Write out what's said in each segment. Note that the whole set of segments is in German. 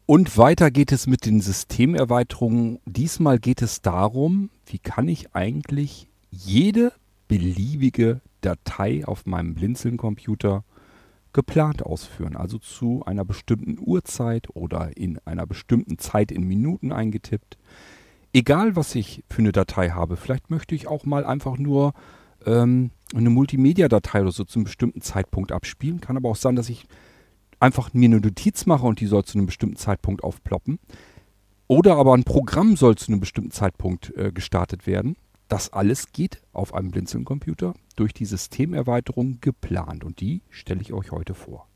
Und weiter geht es mit den Systemerweiterungen. Diesmal geht es darum, wie kann ich eigentlich jede beliebige Datei auf meinem Blinzeln-Computer geplant ausführen. Also zu einer bestimmten Uhrzeit oder in einer bestimmten Zeit in Minuten eingetippt. Egal, was ich für eine Datei habe. Vielleicht möchte ich auch mal einfach nur eine Multimedia-Datei oder so zu einem bestimmten Zeitpunkt abspielen. Kann aber auch sein, dass ich einfach mir eine Notiz mache und die soll zu einem bestimmten Zeitpunkt aufploppen. Oder aber ein Programm soll zu einem bestimmten Zeitpunkt gestartet werden. Das alles geht auf einem Blinzeln-Computer durch die Systemerweiterung geplant. Und die stelle ich euch heute vor.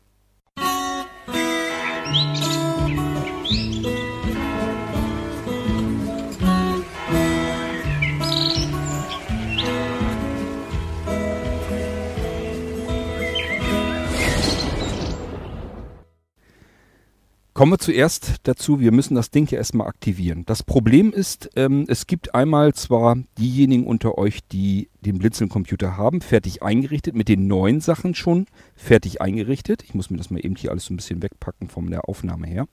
Kommen wir zuerst dazu, wir müssen das Ding ja erstmal aktivieren. Das Problem ist, es gibt einmal zwar diejenigen unter euch, die den Blinzeln-Computer haben, fertig eingerichtet, mit den neuen Sachen schon fertig eingerichtet. Ich muss mir das mal eben hier alles so ein bisschen wegpacken von der Aufnahme her.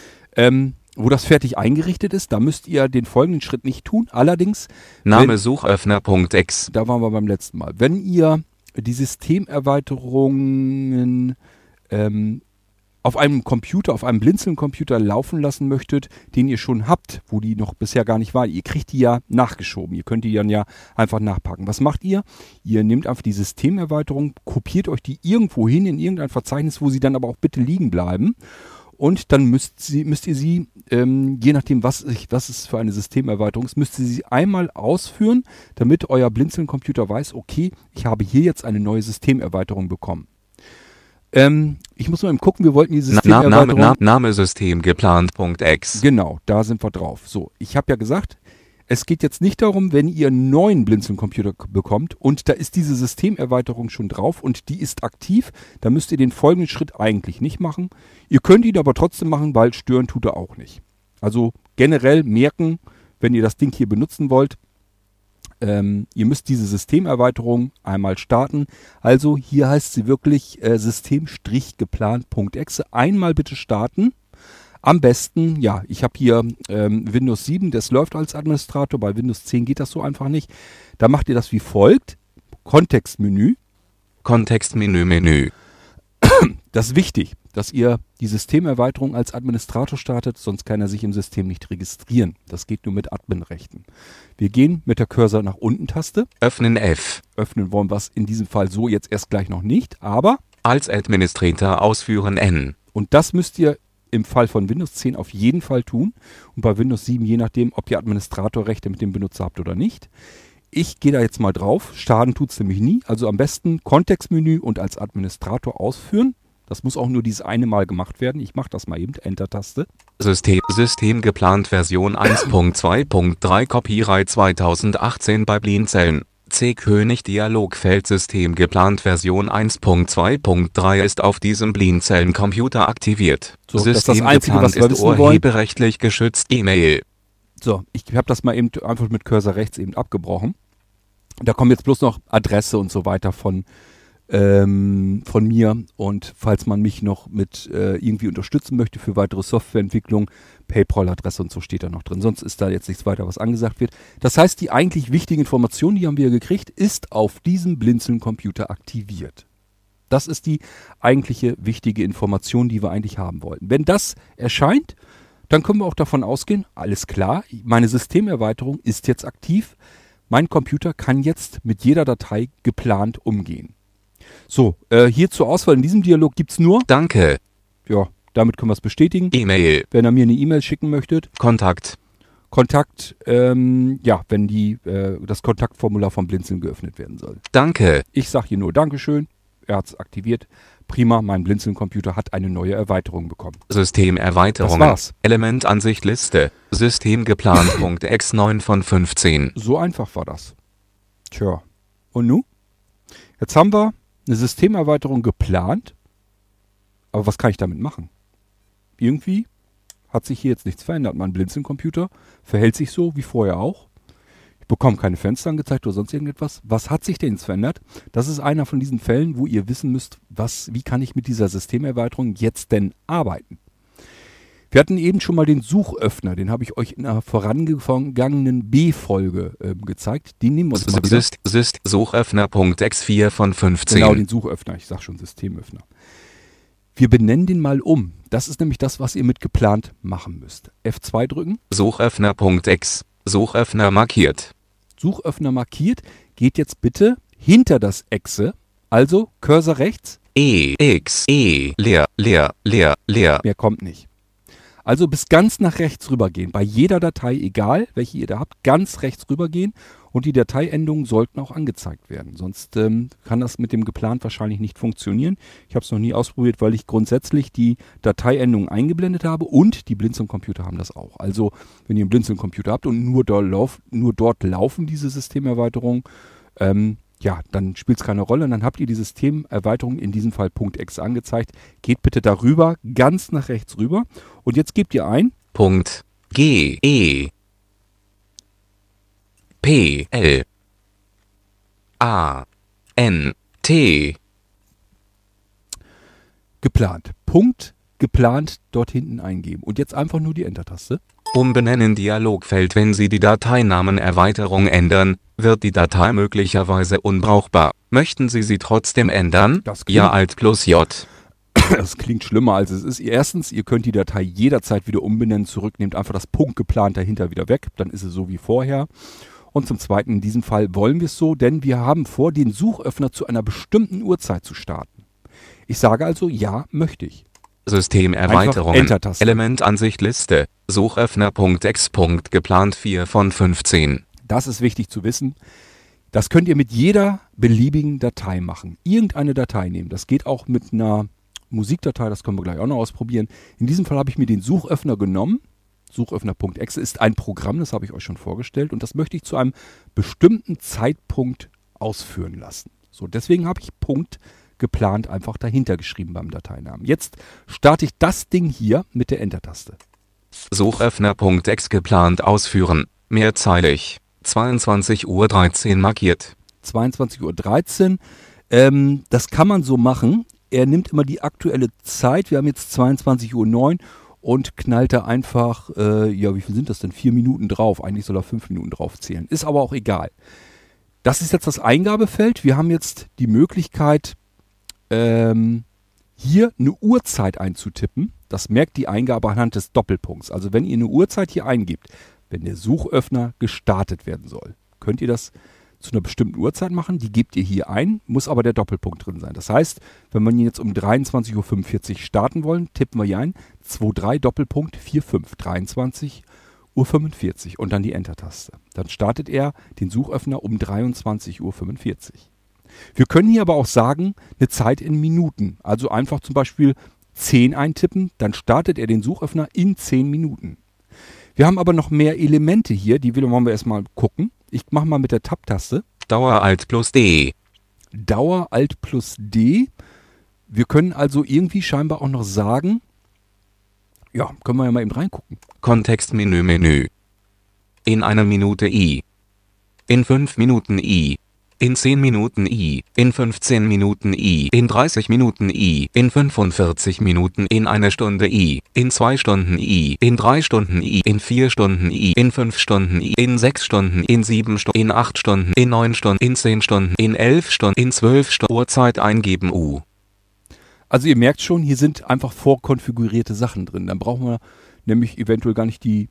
Wo das fertig eingerichtet ist, da müsst ihr den folgenden Schritt nicht tun. Allerdings, Name Suchöffner.exe. Da waren wir beim letzten Mal. Wenn ihr die Systemerweiterungen auf einem Computer, auf einem Blinzeln-Computer laufen lassen möchtet, den ihr schon habt, wo die noch bisher gar nicht war. Ihr kriegt die ja nachgeschoben. Ihr könnt die dann ja einfach nachpacken. Was macht ihr? Ihr nehmt einfach die Systemerweiterung, kopiert euch die irgendwo hin in irgendein Verzeichnis, wo sie dann aber auch bitte liegen bleiben. Und dann müsst ihr sie, je nachdem, was es für eine Systemerweiterung ist, müsst ihr sie einmal ausführen, damit euer Blinzeln-Computer weiß, okay, ich habe hier jetzt eine neue Systemerweiterung bekommen. Ich muss mal eben gucken, wir wollten die Systemerweiterung... Name Systemgeplant.exe. Genau, da sind wir drauf. So, ich habe ja gesagt, es geht jetzt nicht darum, wenn ihr einen neuen Blinzeln-Computer bekommt und da ist diese Systemerweiterung schon drauf und die ist aktiv, dann müsst ihr den folgenden Schritt eigentlich nicht machen. Ihr könnt ihn aber trotzdem machen, weil stören tut er auch nicht. Also generell merken, wenn ihr das Ding hier benutzen wollt, ihr müsst diese Systemerweiterung einmal starten. Also hier heißt sie wirklich System-geplant.exe. Einmal bitte starten. Am besten, ja, ich habe hier Windows 7, das läuft als Administrator. Bei Windows 10 geht das so einfach nicht. Da macht ihr das wie folgt. Kontextmenü. Kontextmenü. Das ist wichtig, dass ihr die Systemerweiterung als Administrator startet, sonst kann er sich im System nicht registrieren. Das geht nur mit Adminrechten. Wir gehen mit der Cursor nach unten Taste. Öffnen F. Öffnen wollen wir es in diesem Fall so jetzt erst gleich noch nicht, aber als Administrator ausführen N. Und das müsst ihr im Fall von Windows 10 auf jeden Fall tun und bei Windows 7 je nachdem, ob ihr Administratorrechte mit dem Benutzer habt oder nicht. Ich gehe da jetzt mal drauf. Starten tut es nämlich nie. Also am besten Kontextmenü und als Administrator ausführen. Das muss auch nur dieses eine Mal gemacht werden. Ich mache das mal eben. Enter-Taste. System geplant Version 1.2.3 Copyright 2018 bei Blinzeln. C. König Dialogfeld System geplant Version 1.2.3 ist auf diesem Blinzeln-Computer aktiviert. So, das ist das Einzige, was wir ist urheberrechtlich geschützt. E-Mail. So, ich habe das mal eben einfach mit Cursor rechts eben abgebrochen. Da kommt jetzt bloß noch Adresse und so weiter von mir. Und falls man mich noch mit irgendwie unterstützen möchte für weitere Softwareentwicklung, PayPal-Adresse und so steht da noch drin. Sonst ist da jetzt nichts weiter, was angesagt wird. Das heißt, die eigentlich wichtige Information, die haben wir gekriegt, ist auf diesem Blinzeln-Computer aktiviert. Das ist die eigentliche wichtige Information, die wir eigentlich haben wollten. Wenn das erscheint, dann können wir auch davon ausgehen, alles klar, meine Systemerweiterung ist jetzt aktiv. Mein Computer kann jetzt mit jeder Datei geplant umgehen. So, hier zur Auswahl in diesem Dialog gibt es nur... Danke. Ja, damit können wir es bestätigen. E-Mail. Wenn ihr mir eine E-Mail schicken möchtet. Kontakt, wenn das Kontaktformular vom Blinzeln geöffnet werden soll. Danke. Ich sage hier nur Dankeschön. Er hat es aktiviert. Prima, mein Blinzeln-Computer hat eine neue Erweiterung bekommen. Systemerweiterungen. Das war's. Elementansicht Liste. Systemgeplant.exe 9 von 15. So einfach war das. Tja. Und nun? Jetzt haben wir eine Systemerweiterung geplant. Aber was kann ich damit machen? Irgendwie hat sich hier jetzt nichts verändert. Mein Blinzeln-Computer verhält sich so wie vorher auch. Ich bekomme keine Fenster angezeigt oder sonst irgendetwas. Was hat sich denn jetzt verändert? Das ist einer von diesen Fällen, wo ihr wissen müsst, wie kann ich mit dieser Systemerweiterung jetzt denn arbeiten? Wir hatten eben schon mal den Suchöffner, den habe ich euch in einer vorangegangenen B-Folge gezeigt. Den nehmen wir uns mal wieder. Suchöffner.x4 von 15. Genau, den Suchöffner, ich sag schon Systemöffner. Wir benennen den mal um. Das ist nämlich das, was ihr mit geplant machen müsst. F2 drücken. Suchöffner.x. Suchöffner markiert. Suchöffner markiert. Geht jetzt bitte hinter das Exe. Also Cursor rechts. leer. Mehr kommt nicht. Also bis ganz nach rechts rübergehen. Bei jeder Datei, egal welche ihr da habt, ganz rechts rübergehen. Und die Dateiendungen sollten auch angezeigt werden. Sonst kann das mit dem geplant wahrscheinlich nicht funktionieren. Ich habe es noch nie ausprobiert, weil ich grundsätzlich die Dateiendungen eingeblendet habe. Und die Blinzeln-Computer haben das auch. Also wenn ihr einen Blinzeln-Computer habt und nur dort laufen diese Systemerweiterungen, ja, dann spielt es keine Rolle. Dann habt ihr die Systemerweiterung, in diesem Fall .x angezeigt. Geht bitte darüber, ganz nach rechts rüber. Und jetzt gebt ihr ein. .g P L A N T Geplant. Punkt geplant dort hinten eingeben. Und jetzt einfach nur die Enter-Taste. Umbenennen Dialogfeld. Wenn Sie die Dateinamenerweiterung ändern, wird die Datei möglicherweise unbrauchbar. Möchten Sie sie trotzdem ändern? Ja, Alt plus J. Das klingt schlimmer, als es ist. Erstens, ihr könnt die Datei jederzeit wieder umbenennen. Nehmt einfach das Punkt geplant dahinter wieder weg. Dann ist es so wie vorher. Und zum Zweiten, in diesem Fall wollen wir es so, denn wir haben vor, den Suchöffner zu einer bestimmten Uhrzeit zu starten. Ich sage also, ja, möchte ich. Systemerweiterungen. Elementansicht Liste. Suchöffner.x. Geplant 4 von 15. Das ist wichtig zu wissen. Das könnt ihr mit jeder beliebigen Datei machen. Irgendeine Datei nehmen. Das geht auch mit einer Musikdatei, das können wir gleich auch noch ausprobieren. In diesem Fall habe ich mir den Suchöffner genommen. Suchöffner.exe ist ein Programm, das habe ich euch schon vorgestellt. Und das möchte ich zu einem bestimmten Zeitpunkt ausführen lassen. So, deswegen habe ich Punkt geplant einfach dahinter geschrieben beim Dateinamen. Jetzt starte ich das Ding hier mit der Enter-Taste. Suchöffner.exe geplant ausführen. Mehrzeilig. 22:13 Uhr markiert. 22:13 Uhr. Das kann man so machen. Er nimmt immer die aktuelle Zeit. Wir haben jetzt 22:09 Uhr und knallt da einfach, ja, wie viel sind das denn? 4 Minuten drauf. Eigentlich soll er 5 Minuten drauf zählen. Ist aber auch egal. Das ist jetzt das Eingabefeld. Wir haben jetzt die Möglichkeit, hier eine Uhrzeit einzutippen. Das merkt die Eingabe anhand des Doppelpunkts. Also wenn ihr eine Uhrzeit hier eingibt, wenn der Suchöffner gestartet werden soll, könnt ihr das zu einer bestimmten Uhrzeit machen. Die gebt ihr hier ein, muss aber der Doppelpunkt drin sein. Das heißt, wenn wir ihn jetzt um 23:45 Uhr starten wollen, tippen wir hier ein 23 Doppelpunkt 45 23:45 Uhr und dann die Enter-Taste. Dann startet er den Suchöffner um 23:45 Uhr. Wir können hier aber auch sagen, eine Zeit in Minuten. Also einfach zum Beispiel 10 eintippen, dann startet er den Suchöffner in 10 Minuten. Wir haben aber noch mehr Elemente hier, die wollen wir erstmal gucken. Ich mache mal mit der Tab-Taste. Dauer Alt plus D. Dauer Alt plus D. Wir können also irgendwie scheinbar auch noch sagen, ja, können wir ja mal eben reingucken. Kontextmenü. In 1 Minute I. In 5 Minuten I. In 10 Minuten I, in 15 Minuten I, in 30 Minuten I, in 45 Minuten, in 1 Stunde I, in 2 Stunden I, in 3 Stunden I, in 4 Stunden I, in 5 Stunden I, in 6 Stunden, in 7 Stunden, in 8 Stunden, in 9 Stunden, in 10 Stunden, in 11 Stunden, in 12 Stunden. Uhrzeit eingeben U. Also ihr merkt schon, hier sind einfach vorkonfigurierte Sachen drin. Dann brauchen wir nämlich eventuell gar nicht die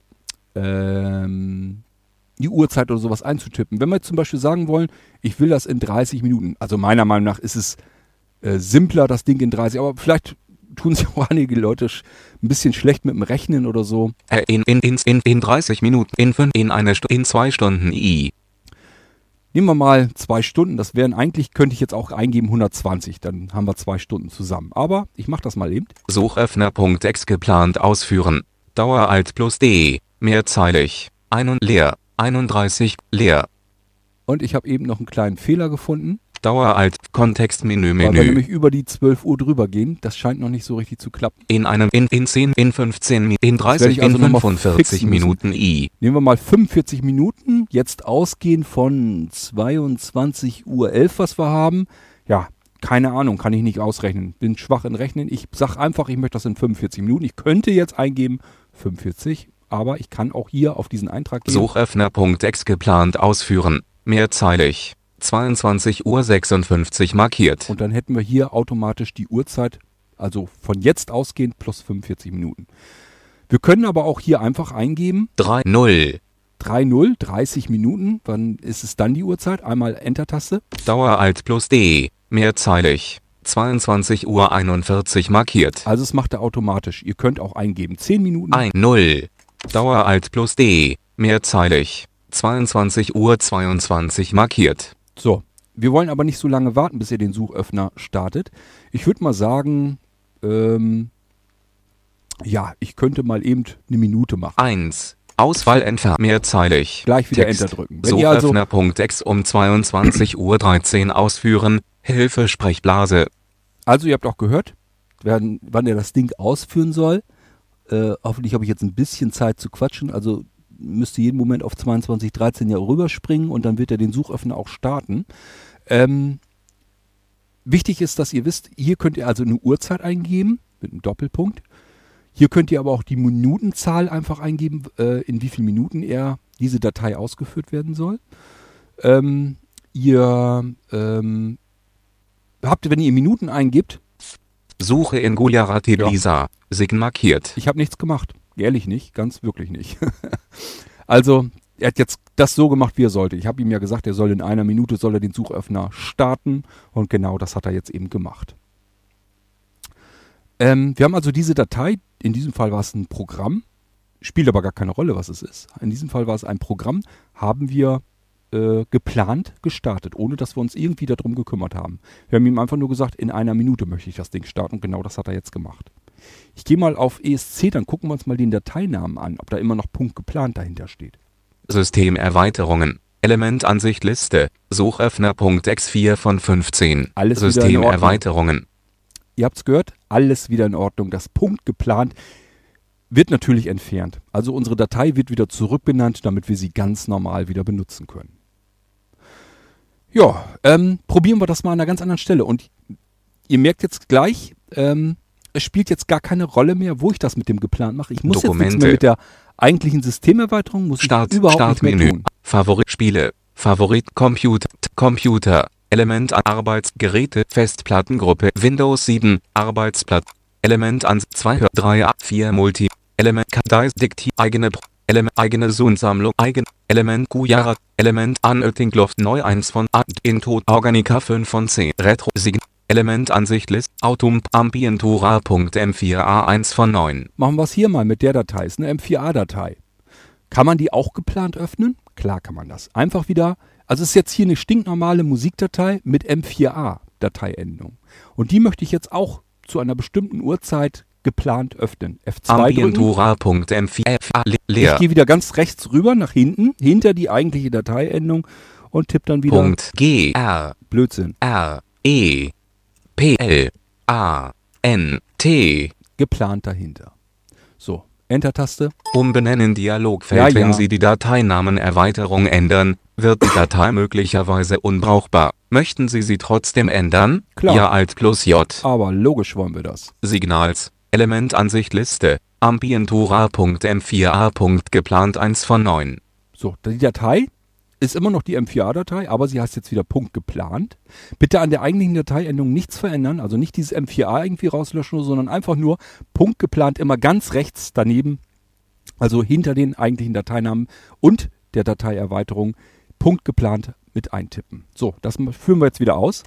Uhrzeit oder sowas einzutippen. Wenn wir jetzt zum Beispiel sagen wollen, ich will das in 30 Minuten, also meiner Meinung nach ist es simpler, das Ding in 30, aber vielleicht tun sich auch einige Leute ein bisschen schlecht mit dem Rechnen oder so. In 30 Minuten, in 5, in 1 Stunde, in 2 Stunden I. Nehmen wir mal 2 Stunden, das wären eigentlich, könnte ich jetzt auch eingeben 120, dann haben wir 2 Stunden zusammen. Aber ich mache das mal eben. Suchöffner.exe geplant ausführen. Dauer Alt plus D, mehrzeilig, leer. 31, leer. Und ich habe eben noch einen kleinen Fehler gefunden. Dauer Alt, Kontextmenü. Weil wir nämlich über die 12 Uhr drüber gehen. Das scheint noch nicht so richtig zu klappen. In 10, in 15, in 30, also in 45 Minuten I. Nehmen wir mal 45 Minuten. Jetzt ausgehend von 22:11 Uhr, was wir haben. Ja, Keine Ahnung, kann ich nicht ausrechnen. Bin schwach in Rechnen. Ich sage einfach, ich möchte das in 45 Minuten. Ich könnte jetzt eingeben 45, aber ich kann auch hier auf diesen Eintrag gehen. Suchöffner.exe geplant ausführen. Mehrzeilig. 22:56 Uhr markiert. Und dann hätten wir hier automatisch die Uhrzeit, also von jetzt ausgehend plus 45 Minuten. Wir können aber auch hier einfach eingeben 3:0. 30 Minuten. Wann ist es dann die Uhrzeit? Einmal Enter-Taste. Dauer Alt plus D. Mehrzeilig. 22:41 Uhr markiert. Also es macht er automatisch. Ihr könnt auch eingeben 10 Minuten. 1:0. Dauer Alt plus D. Mehrzeilig. 22:22 Uhr markiert. So, wir wollen aber nicht so lange warten, bis ihr den Suchöffner startet. Ich würde mal sagen, ja, ich könnte mal eben eine Minute machen. 1. Auswahl entfernen. Mehrzeilig. Gleich wieder Text. Enter drücken. Wenn ihr also, Suchöffner.exe um 22:13 Uhr ausführen. Hilfe Sprechblase. also ihr habt auch gehört, wann ihr das Ding ausführen soll. Hoffentlich habe ich jetzt ein bisschen Zeit zu quatschen. Also müsst ihr jeden Moment auf 22:13 ja rüberspringen und dann wird er den Suchöffner auch starten. Wichtig ist, dass ihr wisst, hier könnt ihr also eine Uhrzeit eingeben mit einem Doppelpunkt. Hier könnt ihr aber auch die Minutenzahl einfach eingeben, in wie vielen Minuten diese Datei ausgeführt werden soll. Ihr habt, wenn ihr Minuten eingibt, Suche in Gujarati Lisa. Sign markiert. ich habe nichts gemacht. Ehrlich nicht, ganz wirklich nicht. Also, er hat jetzt das so gemacht, wie er sollte. Ich habe ihm ja gesagt, er soll in einer Minute den Suchöffner starten und genau das hat er jetzt eben gemacht. Wir haben also diese Datei, in diesem Fall war es ein Programm, spielt aber gar keine Rolle, was es ist. In diesem Fall war es ein Programm, haben wir geplant gestartet, ohne dass wir uns irgendwie darum gekümmert haben. Wir haben ihm einfach nur gesagt, in einer Minute möchte ich das Ding starten und genau das hat er jetzt gemacht. Ich gehe mal auf ESC, dann gucken wir uns mal den Dateinamen an, ob da immer noch Punkt geplant dahinter steht. Systemerweiterungen. Elementansicht Liste. Suchöffner.exe 4 von 15. Alles wieder in Ordnung. Systemerweiterungen. Ihr habt es gehört, alles wieder in Ordnung. Das Punkt geplant wird natürlich entfernt. Also unsere Datei wird wieder zurückbenannt, damit wir sie ganz normal wieder benutzen können. Ja, probieren wir das mal an einer ganz anderen Stelle. Und ihr merkt jetzt gleich, es spielt jetzt gar keine Rolle mehr, wo ich das mit dem geplant mache. Ich muss jetzt nichts mehr mit der eigentlichen Systemerweiterung, muss ich überhaupt nicht mehr tun. Favorit Spiele. Favorit Computer. Element Arbeitsgeräte. Festplattengruppe. Windows 7. Arbeitsplatz. Element an 2 3 4 Multi. Element Dice Dikti eigene Zoom-Sammlung Element Gujarat Element Anötingluft neu 1 von Into Organica 5 von 10 Retro Sign Elementansicht List Autumn Ambientura.m4a 1 von 9. Machen wir es hier mal mit der Datei. Ist eine M4A-Datei. Kann man die auch geplant öffnen? Klar kann man das. Einfach wieder, also es ist jetzt hier eine stinknormale Musikdatei mit M4A-Dateiendung. Und die möchte ich jetzt auch zu einer bestimmten Uhrzeit geplant öffnen. F2 Ambientura.m4a leer. Ich gehe wieder ganz rechts rüber nach hinten, hinter die eigentliche Dateiendung und tippe dann wieder G R Blödsinn. R E P L A N T Geplant dahinter. So, Enter-Taste. Umbenennen Dialogfeld. Ja. Wenn Sie die Dateinamenerweiterung ändern, wird die Datei möglicherweise unbrauchbar. Möchten Sie sie trotzdem ändern? Klar. Ja Alt plus J. Aber logisch wollen wir das. Signals. Elementansicht Liste. Ambientura.m4a. Geplant 1 von 9. So, die Datei ist immer noch die M4A-Datei, aber sie heißt jetzt wieder Punkt geplant. Bitte an der eigentlichen Dateiendung nichts verändern, also nicht dieses M4A irgendwie rauslöschen, sondern einfach nur Punkt geplant immer ganz rechts daneben, also hinter den eigentlichen Dateinamen und der Dateierweiterung Punkt geplant mit eintippen. So, das führen wir jetzt wieder aus.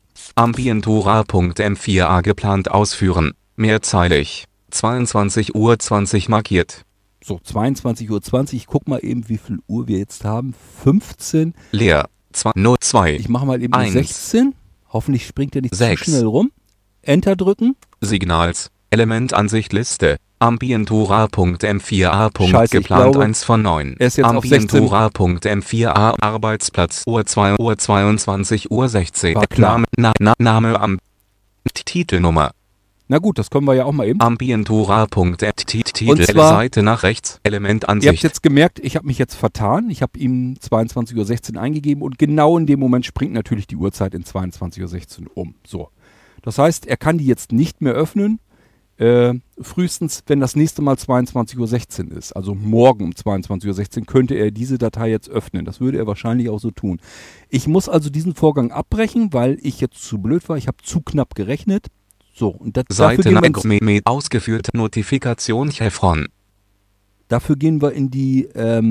Ambientura.m4a geplant ausführen. Mehrzeilig. 22:20 Uhr markiert. So, 22:20 Uhr. Ich guck mal eben, wie viel Uhr wir jetzt haben. 15. Leer. 2. Ich mache mal eben 1. 16. Hoffentlich springt er nicht 6. zu schnell rum. Enter drücken. Signals. Elementansicht Liste. Ambientura.m4a. Scheiße, Geplant glaube, 1 von 9. er ist jetzt auf 16. Ambientura.m4a. Arbeitsplatz. Uhr 22 Uhr 16. War klar. Name am Titelnummer Na gut, das können wir ja auch mal eben. Ambientura.titel, Seite nach rechts, Ihr Elementansicht. habt jetzt gemerkt, ich habe mich jetzt vertan. Ich habe ihm 22:16 Uhr eingegeben und genau in dem Moment springt natürlich die Uhrzeit in 22:16 Uhr um. So. Das heißt, er kann die jetzt nicht mehr öffnen, frühestens, wenn das nächste Mal 22:16 Uhr ist. Also morgen um 22:16 Uhr könnte er diese Datei jetzt öffnen. Das würde er wahrscheinlich auch so tun. Ich muss also diesen Vorgang abbrechen, weil ich jetzt zu blöd war. Ich habe zu knapp gerechnet. So, und Seite nach ausgeführte Notifikation Chevron. dafür gehen wir in die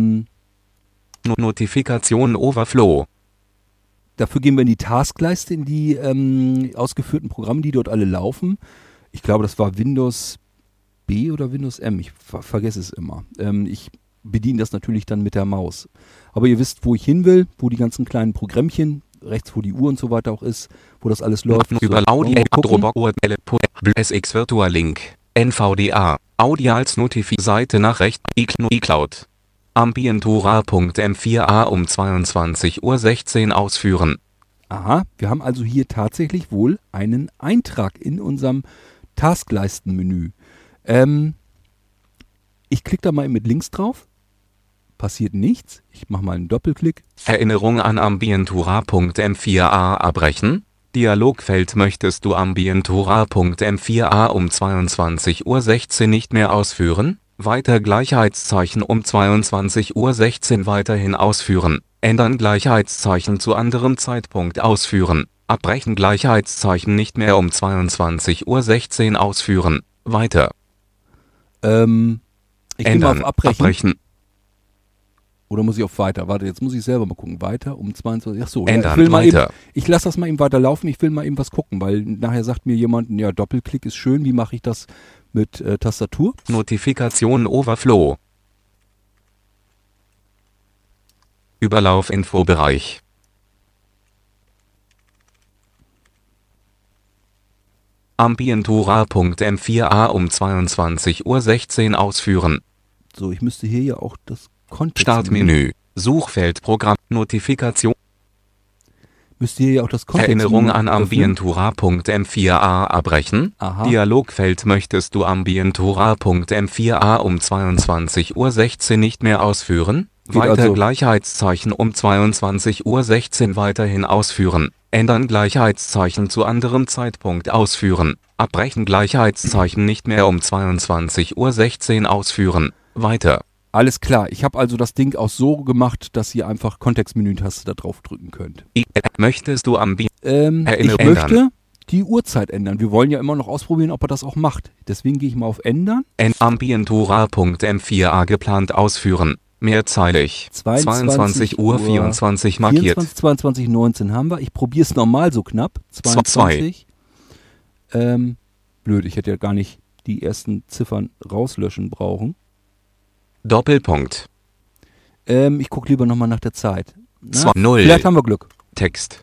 Notifikation Overflow. Dafür gehen wir in die Taskleiste, in die ausgeführten Programme, die dort alle laufen. Ich glaube, das war Windows B oder Windows M. Ich vergesse es immer. Ich bediene das natürlich dann mit der Maus. Aber ihr wisst, wo ich hin will, wo die ganzen kleinen Programmchen, rechts wo die Uhr und so weiter auch ist, wo das alles läuft. Über So, wollen wir gucken? SX Virtual Link. NVDA. Audials Notifi. Seite nach rechts. iCloud. Ambientura.m4a um 22:16 Uhr ausführen. Aha, wir haben also hier tatsächlich wohl einen Eintrag in unserem Taskleistenmenü. Ich klicke da mal mit links drauf. Passiert nichts. Ich mache mal einen Doppelklick. Erinnerung an Ambientura.m4a abbrechen. Dialogfeld. Möchtest du Ambientura.m4a um 22:16 Uhr nicht mehr ausführen? Weiter Gleichheitszeichen um 22:16 Uhr weiterhin ausführen. Ändern Gleichheitszeichen zu anderem Zeitpunkt ausführen. Abbrechen Gleichheitszeichen nicht mehr um 22:16 Uhr ausführen. Weiter. Ich gehe mal auf Abbrechen. Abbrechen. Oder muss ich auf Weiter? Warte, jetzt muss ich selber mal gucken. Weiter um 22. Achso, Ändern, ich will mal weiter. eben, ich lasse das mal eben weiterlaufen. Ich will mal eben was gucken, weil nachher sagt mir jemand, ja, Doppelklick ist schön. Wie mache ich das mit Tastatur? Notifikation Overflow. Überlauf Infobereich. Ambientura.m4a um 22:16 Uhr ausführen. So, ich müsste hier ja auch das Kontext. Startmenü. Suchfeld Programm. Notifikation. Müsste hier ja auch das Kontext. Erinnerung an Ambientura.m4a abbrechen. Aha. Dialogfeld. Möchtest du Ambientura.m4a um 22:16 Uhr nicht mehr ausführen? Geht Weiter also. Gleichheitszeichen um 22:16 Uhr weiterhin ausführen. Ändern Gleichheitszeichen zu anderem Zeitpunkt ausführen. Abbrechen Gleichheitszeichen nicht mehr um 22:16 Uhr ausführen. Weiter. Alles klar. Ich habe also das Ding auch so gemacht, dass ihr einfach Kontextmenü-Taste da drauf drücken könnt. Möchtest du Ich Erinnerung möchte die Uhrzeit ändern. Wir wollen ja immer noch ausprobieren, ob er das auch macht. Deswegen gehe ich mal auf Ändern. Ambientura.m4a geplant ausführen. Mehrzeilig. 22:24 Uhr markiert. 24, 22:19 haben wir. Ich probiere es normal so knapp. 22. Blöd, ich hätte ja gar nicht die ersten Ziffern rauslöschen brauchen. Doppelpunkt. Ich gucke lieber nochmal nach der Zeit. Na, 0. vielleicht haben wir Glück. Text.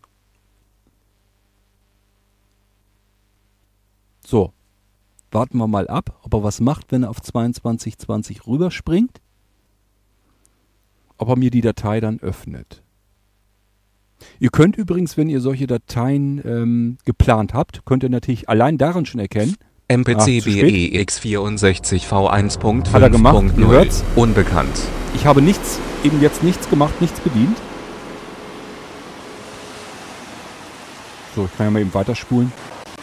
So, warten wir mal ab, ob er was macht, wenn er auf 22:20 rüberspringt. Ob er mir die Datei dann öffnet. Ihr könnt übrigens, wenn ihr solche Dateien geplant habt, könnt ihr natürlich allein daran schon erkennen. MPC zu spät. BEX64 V1.5.0. Hat er gemacht, ihr hört's? Unbekannt. Ich habe eben jetzt nichts gemacht, nichts bedient. So, ich kann ja mal eben weiterspulen.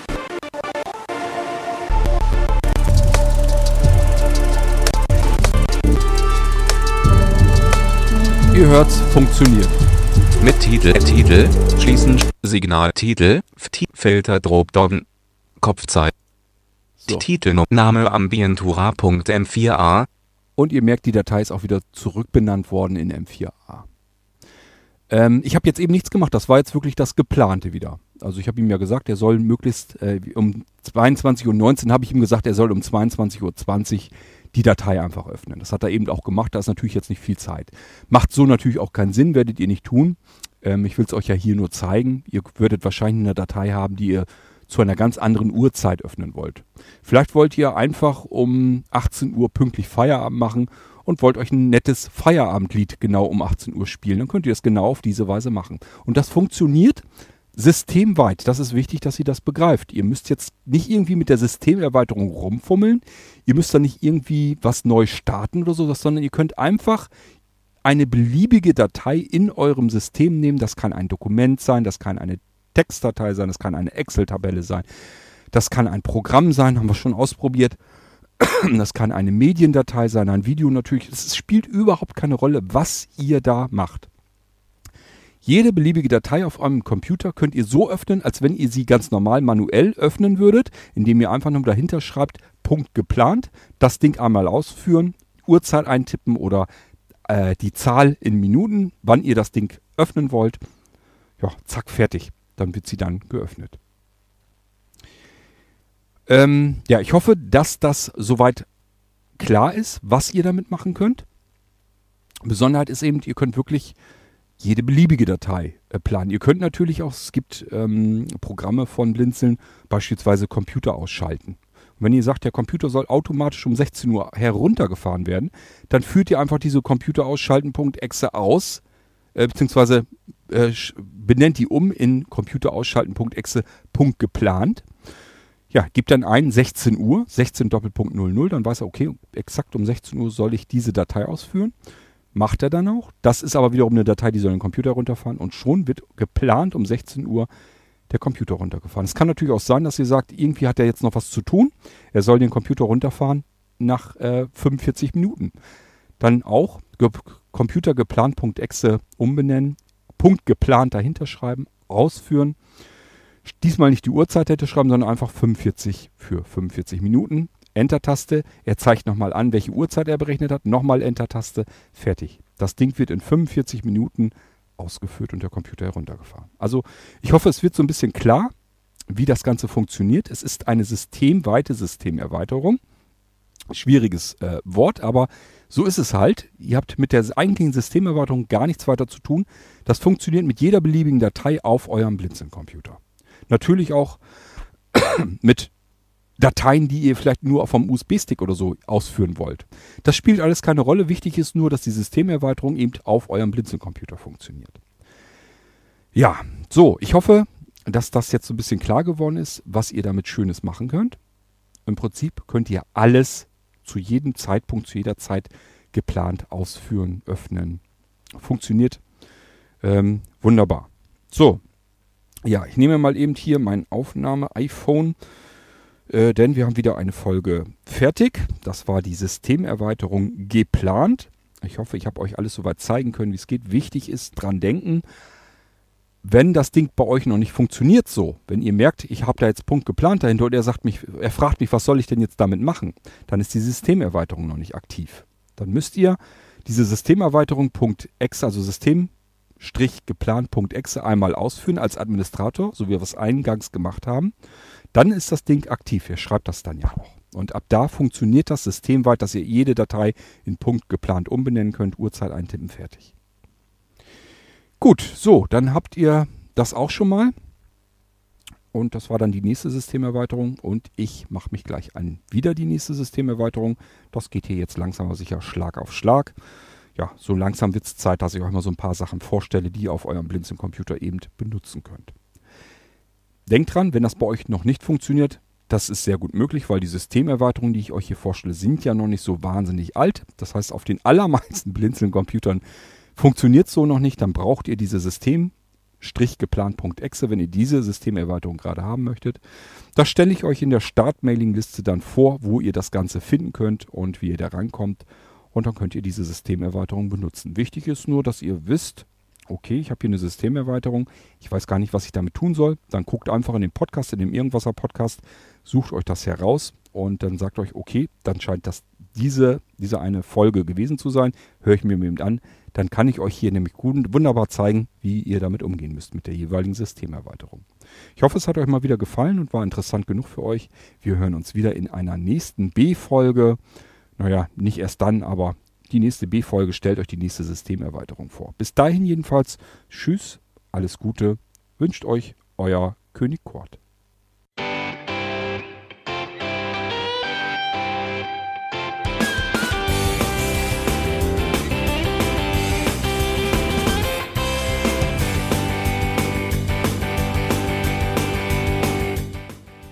Ihr hört's, funktioniert. Mit Titel, schließen, Signaltitel, Filter Dropdown, Kopfzeit, So. Titelname Ambientura.m4a. Und ihr merkt, die Datei ist auch wieder zurückbenannt worden in M4a. Ich habe jetzt eben nichts gemacht, das war jetzt wirklich das Geplante wieder. Also ich habe ihm ja gesagt, er soll möglichst um 22:19 Uhr habe ich ihm gesagt, er soll um 22:20 Uhr die Datei einfach öffnen. Das hat er eben auch gemacht, da ist natürlich jetzt nicht viel Zeit. Macht so natürlich auch keinen Sinn, werdet ihr nicht tun. Ich will es euch ja hier nur zeigen. Ihr würdet wahrscheinlich eine Datei haben, die ihr zu einer ganz anderen Uhrzeit öffnen wollt. Vielleicht wollt ihr einfach um 18 Uhr pünktlich Feierabend machen und wollt euch ein nettes Feierabendlied genau um 18 Uhr spielen. Dann könnt ihr das genau auf diese Weise machen. Und das funktioniert systemweit. Das ist wichtig, dass ihr das begreift. Ihr müsst jetzt nicht irgendwie mit der Systemerweiterung rumfummeln. Ihr müsst da nicht irgendwie was neu starten oder so, sondern ihr könnt einfach eine beliebige Datei in eurem System nehmen. Das kann ein Dokument sein, das kann eine Textdatei sein, das kann eine Excel-Tabelle sein, das kann ein Programm sein, haben wir schon ausprobiert. Das kann eine Mediendatei sein, ein Video natürlich. Es spielt überhaupt keine Rolle, was ihr da macht. Jede beliebige Datei auf eurem Computer könnt ihr so öffnen, als wenn ihr sie ganz normal manuell öffnen würdet, indem ihr einfach nur dahinter schreibt, Punkt geplant, das Ding einmal ausführen, Uhrzeit eintippen oder die Zahl in Minuten, wann ihr das Ding öffnen wollt. Ja, zack, fertig. Dann wird sie dann geöffnet. Ja, ich hoffe, dass das soweit klar ist, was ihr damit machen könnt. Besonderheit ist eben, ihr könnt wirklich jede beliebige Datei planen. Ihr könnt natürlich auch, es gibt Programme von Blinzeln, beispielsweise Computer ausschalten. Und wenn ihr sagt, der Computer soll automatisch um 16 Uhr heruntergefahren werden, dann führt ihr einfach diese Computerausschalten.exe aus, beziehungsweise benennt die um in Computerausschalten.exe .geplant. Ja, gibt dann ein 16 Uhr, 16 Doppelpunkt 00, dann weiß er, okay, exakt um 16 Uhr soll ich diese Datei ausführen. Macht er dann auch. Das ist aber wiederum eine Datei, die soll den Computer runterfahren und schon wird geplant um 16 Uhr der Computer runtergefahren. Es kann natürlich auch sein, dass ihr sagt, irgendwie hat er jetzt noch was zu tun. Er soll den Computer runterfahren nach 45 Minuten. Dann auch Computer geplant.exe umbenennen, Punkt geplant dahinter schreiben, ausführen. Diesmal nicht die Uhrzeit hätte schreiben, sondern einfach 45 für 45 Minuten. Enter-Taste. Er zeigt nochmal an, welche Uhrzeit er berechnet hat. Nochmal Enter-Taste. Fertig. Das Ding wird in 45 Minuten ausgeführt und der Computer heruntergefahren. Also ich hoffe, es wird so ein bisschen klar, wie das Ganze funktioniert. Es ist eine systemweite Systemerweiterung. Schwieriges Wort, aber so ist es halt. Ihr habt mit der eigentlichen Systemerweiterung gar nichts weiter zu tun. Das funktioniert mit jeder beliebigen Datei auf eurem Blinzeln-Computer. Natürlich auch mit Dateien, die ihr vielleicht nur vom USB-Stick oder so ausführen wollt. Das spielt alles keine Rolle. Wichtig ist nur, dass die Systemerweiterung eben auf eurem Blinzeln-Computer funktioniert. Ja, so, ich hoffe, dass das jetzt so ein bisschen klar geworden ist, was ihr damit Schönes machen könnt. Im Prinzip könnt ihr alles zu jedem Zeitpunkt, zu jeder Zeit geplant ausführen, öffnen. Funktioniert wunderbar. So, ja, ich nehme mal eben hier mein Aufnahme-iPhone, denn wir haben wieder eine Folge fertig. Das war die Systemerweiterung geplant. Ich hoffe, ich habe euch alles soweit zeigen können, wie es geht. Wichtig ist, dran denken, wenn das Ding bei euch noch nicht funktioniert so, wenn ihr merkt, ich habe da jetzt Punkt geplant dahinter und er fragt mich, was soll ich denn jetzt damit machen, dann ist die Systemerweiterung noch nicht aktiv. Dann müsst ihr diese Systemerweiterung.exe, also System-geplant.exe einmal ausführen als Administrator, so wie wir es eingangs gemacht haben. Dann ist das Ding aktiv. Ihr schreibt das dann ja auch. Und ab da funktioniert das systemweit, dass ihr jede Datei in Punkt geplant umbenennen könnt, Uhrzeit eintippen, fertig. Gut, so, dann habt ihr das auch schon mal. Und das war dann die nächste Systemerweiterung. Und ich mache mich gleich an wieder die nächste Systemerweiterung. Das geht hier jetzt langsam aber sicher Schlag auf Schlag. Ja, so langsam wird es Zeit, dass ich euch mal so ein paar Sachen vorstelle, die ihr auf eurem Blinzeln-Computer eben benutzen könnt. Denkt dran, wenn das bei euch noch nicht funktioniert, das ist sehr gut möglich, weil die Systemerweiterungen, die ich euch hier vorstelle, sind ja noch nicht so wahnsinnig alt. Das heißt, auf den allermeisten Blinzeln-Computern funktioniert es so noch nicht. Dann braucht ihr diese System-geplant.exe, wenn ihr diese Systemerweiterung gerade haben möchtet. Das stelle ich euch in der Start-Mailing-Liste dann vor, wo ihr das Ganze finden könnt und wie ihr da rankommt. Und dann könnt ihr diese Systemerweiterung benutzen. Wichtig ist nur, dass ihr wisst, okay, ich habe hier eine Systemerweiterung, ich weiß gar nicht, was ich damit tun soll. Dann guckt einfach in den Podcast, in dem Irgendwasser-Podcast, sucht euch das heraus und dann sagt euch, okay, dann scheint das diese eine Folge gewesen zu sein. Höre ich mir eben an. Dann kann ich euch hier nämlich wunderbar zeigen, wie ihr damit umgehen müsst mit der jeweiligen Systemerweiterung. Ich hoffe, es hat euch mal wieder gefallen und war interessant genug für euch. Wir hören uns wieder in einer nächsten B-Folge. Naja, nicht erst dann, aber die nächste B-Folge stellt euch die nächste Systemerweiterung vor. Bis dahin jedenfalls, tschüss, alles Gute, wünscht euch euer König Kurt.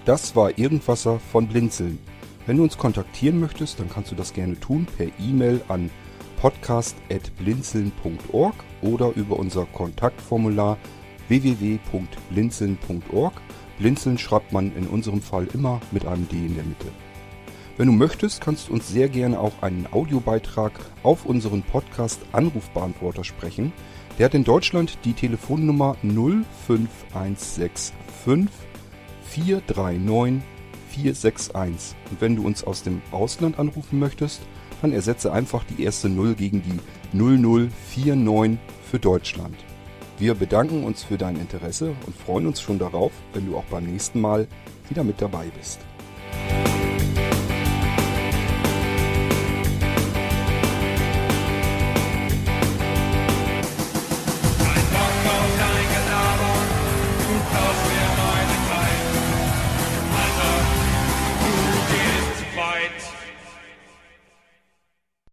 Das war Irgendwasser von Blinzeln. Wenn du uns kontaktieren möchtest, dann kannst du das gerne tun per E-Mail an podcast@blinzeln.org oder über unser Kontaktformular www.blinzeln.org. Blinzeln schreibt man in unserem Fall immer mit einem D in der Mitte. Wenn du möchtest, kannst du uns sehr gerne auch einen Audiobeitrag auf unseren Podcast Anrufbeantworter sprechen. Der hat in Deutschland die Telefonnummer 05165 439 461. Und wenn du uns aus dem Ausland anrufen möchtest, dann ersetze einfach die erste 0 gegen die 0049 für Deutschland. Wir bedanken uns für dein Interesse und freuen uns schon darauf, wenn du auch beim nächsten Mal wieder mit dabei bist.